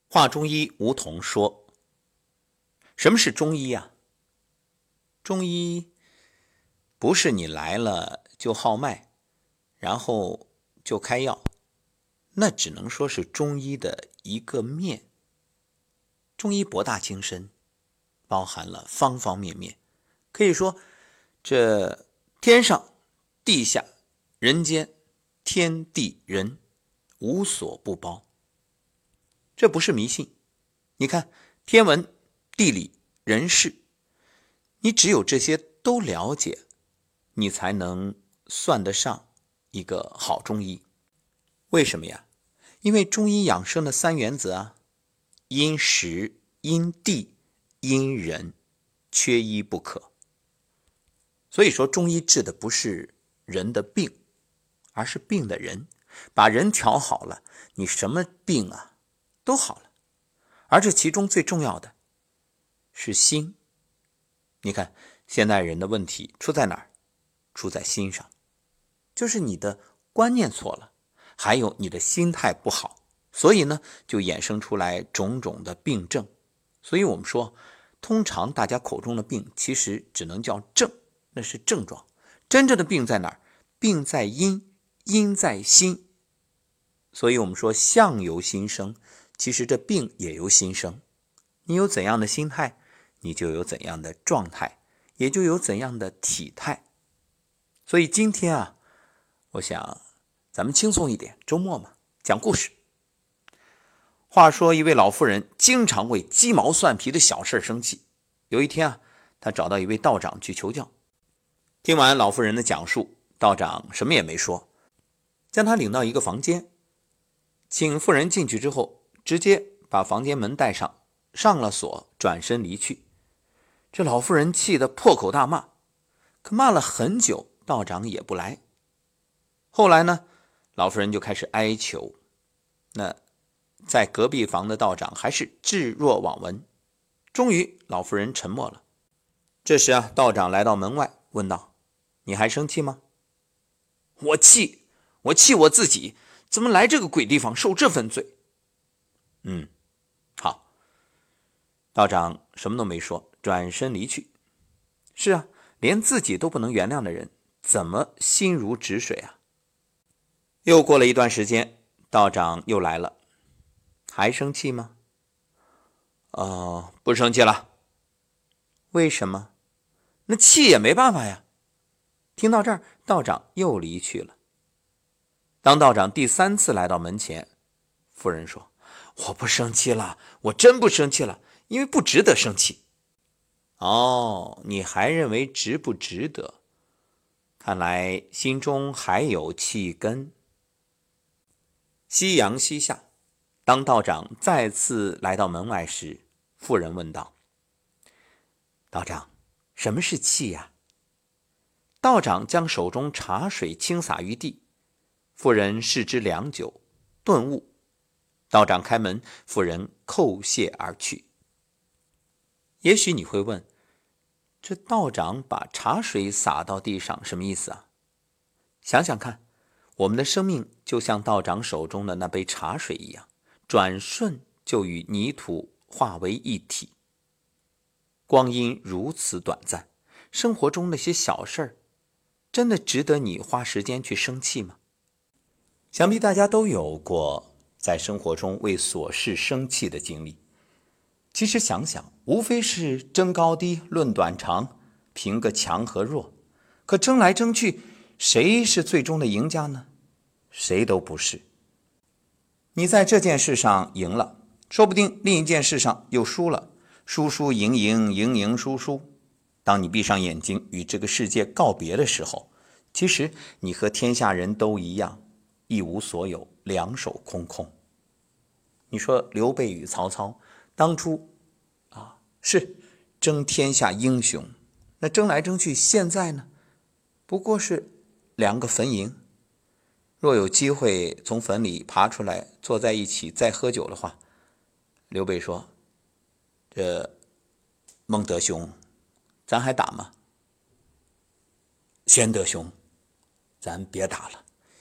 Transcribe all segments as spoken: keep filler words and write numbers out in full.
华中医吴桐说，什么是中医啊？中医不是你来了就号脉，然后就开药，那只能说是中医的一个面。中医博大精深，包含了方方面面，可以说这天上地下人间天地人无所不包。这不是迷信，你看天文地理人事，你只有这些都了解，你才能算得上一个好中医。为什么呀？因为中医养生的三原则啊，因时因地因人，缺一不可。所以说中医治的不是人的病，而是病的人。把人调好了，你什么病啊都好了。而这其中最重要的是心。你看现代人的问题出在哪儿？出在心上，就是你的观念错了，还有你的心态不好，所以呢就衍生出来种种的病症。所以我们说，通常大家口中的病其实只能叫症，那是症状。真正的病在哪儿？病在因，因在心。所以我们说相由心生，其实这病也由心生。你有怎样的心态，你就有怎样的状态，也就有怎样的体态。所以今天啊，我想咱们轻松一点，周末嘛，讲故事。话说一位老妇人经常为鸡毛蒜皮的小事生气。有一天啊，她找到一位道长去求教。听完老妇人的讲述，道长什么也没说，将她领到一个房间，请妇人进去之后，直接把房间门带上，上了锁，转身离去。这老妇人气得破口大骂，可骂了很久，道长也不来。后来呢，老妇人就开始哀求，那在隔壁房的道长还是置若罔闻。终于老妇人沉默了。这时啊，道长来到门外问道：你还生气吗？我气，我气我自己，怎么来这个鬼地方受这份罪？嗯，好。道长什么都没说，转身离去。是啊，连自己都不能原谅的人，怎么心如止水啊？又过了一段时间，道长又来了。还生气吗？哦，不生气了。为什么？那气也没办法呀。听到这儿，道长又离去了。当道长第三次来到门前，妇人说：我不生气了，我真不生气了，因为不值得生气。哦，你还认为值不值得？看来心中还有气根。夕阳西下，当道长再次来到门外时，妇人问道：道长，什么是气呀？道长将手中茶水倾洒于地，妇人视之良久，顿悟。道长开门，妇人叩谢而去。也许你会问，这道长把茶水洒到地上什么意思啊？想想看，我们的生命就像道长手中的那杯茶水一样，转瞬就与泥土化为一体。光阴如此短暂，生活中那些小事儿，真的值得你花时间去生气吗？想必大家都有过在生活中为琐事生气的经历。其实想想，无非是争高低、论短长，评个强和弱。可争来争去，谁是最终的赢家呢？谁都不是。你在这件事上赢了，说不定另一件事上又输了，输输赢赢，赢赢输输。当你闭上眼睛与这个世界告别的时候，其实你和天下人都一样，一无所有，两手空空。你说刘备与曹操当初啊是争天下英雄，那争来争去，现在呢，不过是两个坟茔。若有机会从坟里爬出来，坐在一起再喝酒的话，刘备说：这孟德兄，咱还打吗？玄德兄，咱别打了，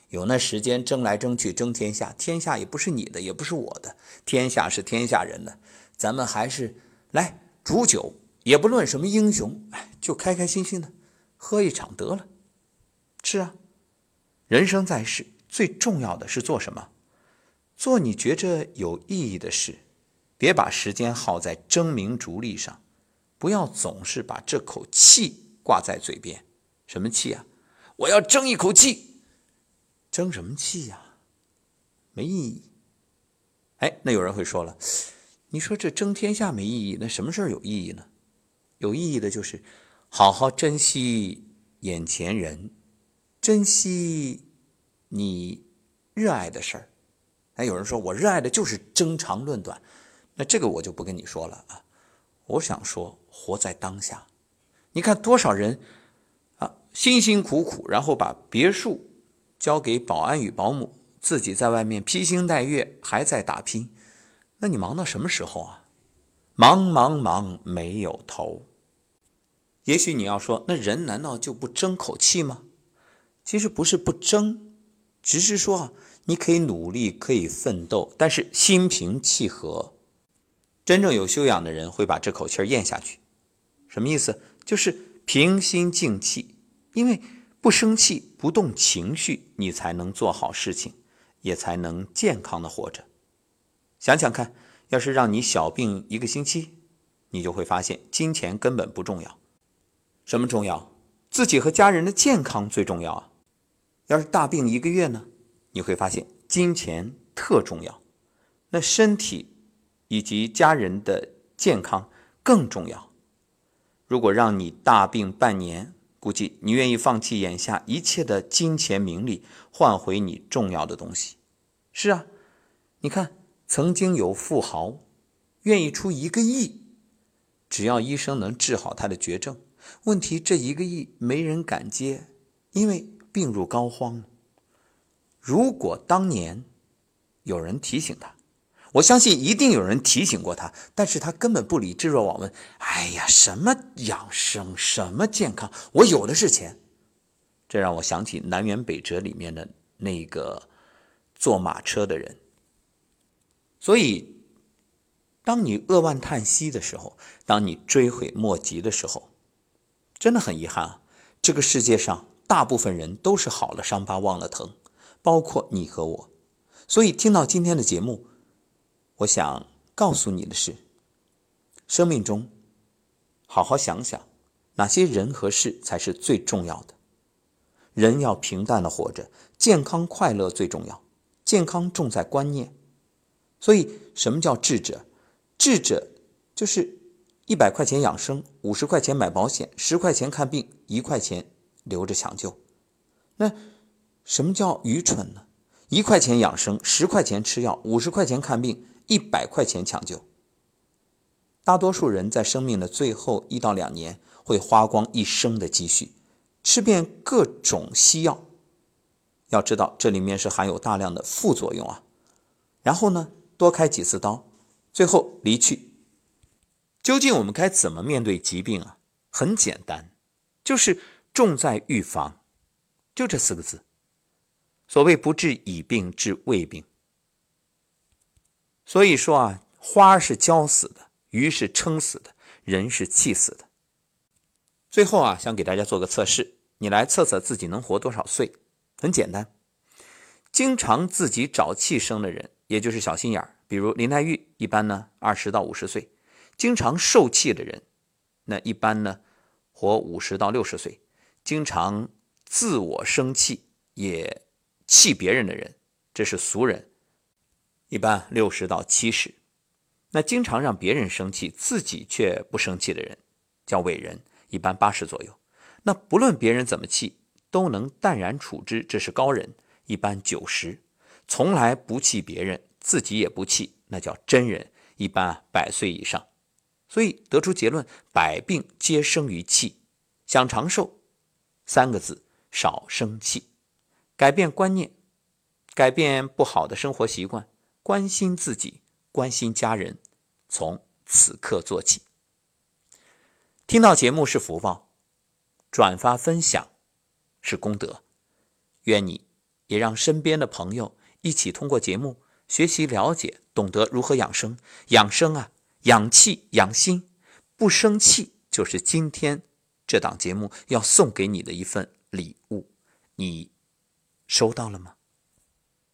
有那时间争来争去争天下，天下也不是你的，也不是我的，天下是天下人的，咱们还是来煮酒，也不论什么英雄，就开开心心的喝一场得了。是啊，人生在世，最重要的是做什么？做你觉着有意义的事，别把时间耗在争名逐利上，不要总是把这口气挂在嘴边。什么气啊？我要争一口气。争什么气呀？没意义。哎，那有人会说了，你说这争天下没意义，那什么事儿有意义呢？有意义的就是好好珍惜眼前人，珍惜你热爱的事儿。哎，有人说我热爱的就是争长论短，那这个我就不跟你说了啊。我想说，活在当下。你看多少人啊，辛辛苦苦，然后把别墅交给保安与保姆，自己在外面披星戴月，还在打拼。那你忙到什么时候啊？忙忙忙没有头。也许你要说，那人难道就不争口气吗？其实不是不争，只是说啊，你可以努力，可以奋斗，但是心平气和。真正有修养的人会把这口气咽下去。什么意思？就是平心静气，因为不生气，不动情绪，你才能做好事情，也才能健康的活着。想想看，要是让你小病一个星期，你就会发现金钱根本不重要。什么重要？自己和家人的健康最重要啊。要是大病一个月呢，你会发现金钱特重要，那身体以及家人的健康更重要。如果让你大病半年，估计你愿意放弃眼下一切的金钱名利，换回你重要的东西。是啊，你看曾经有富豪愿意出一个亿，只要医生能治好他的绝症。问题这一个亿没人敢接，因为病入膏肓。如果当年有人提醒他，我相信一定有人提醒过他，但是他根本不理，置若罔闻。哎呀，什么养生，什么健康，我有的是钱。这让我想起南辕北辙里面的那个坐马车的人。所以当你扼腕叹息的时候，当你追悔莫及的时候，真的很遗憾啊，这个世界上大部分人都是好了伤疤忘了疼，包括你和我。所以听到今天的节目，我想告诉你的是，生命中好好想想哪些人和事才是最重要的。人要平淡的活着，健康快乐最重要。健康重在观念。所以什么叫智者？智者就是一百块钱养生，五十块钱买保险，十块钱看病，一块钱留着抢救。那什么叫愚蠢呢？一块钱养生，十块钱吃药，五十块钱看病，一百块钱抢救。大多数人在生命的最后一到两年会花光一生的积蓄，吃遍各种西药。要知道这里面是含有大量的副作用啊。然后呢，多开几次刀，最后离去。究竟我们该怎么面对疾病啊？很简单，就是重在预防，就这四个字。所谓不治已病，治未病。所以说啊，花是浇死的，鱼是撑死的，人是气死的。最后啊，想给大家做个测试，你来测测自己能活多少岁。很简单，经常自己找气生的人，也就是小心眼儿，比如林黛玉，一般呢二十到五十岁；经常受气的人，那一般呢活五十到六十岁；经常自我生气也气别人的人，这是俗人，一般六十到七十。那经常让别人生气，自己却不生气的人，叫伟人，一般八十左右。那不论别人怎么气，都能淡然处之，这是高人，一般九十。从来不气别人，自己也不气，那叫真人，一般百岁以上。所以得出结论，百病皆生于气。想长寿，三个字，少生气。改变观念，改变不好的生活习惯，关心自己，关心家人，从此刻做起。听到节目是福报，转发分享是功德。愿你也让身边的朋友一起通过节目学习了解，懂得如何养生。养生啊，养气养心，不生气就是今天这档节目要送给你的一份礼物。你收到了吗？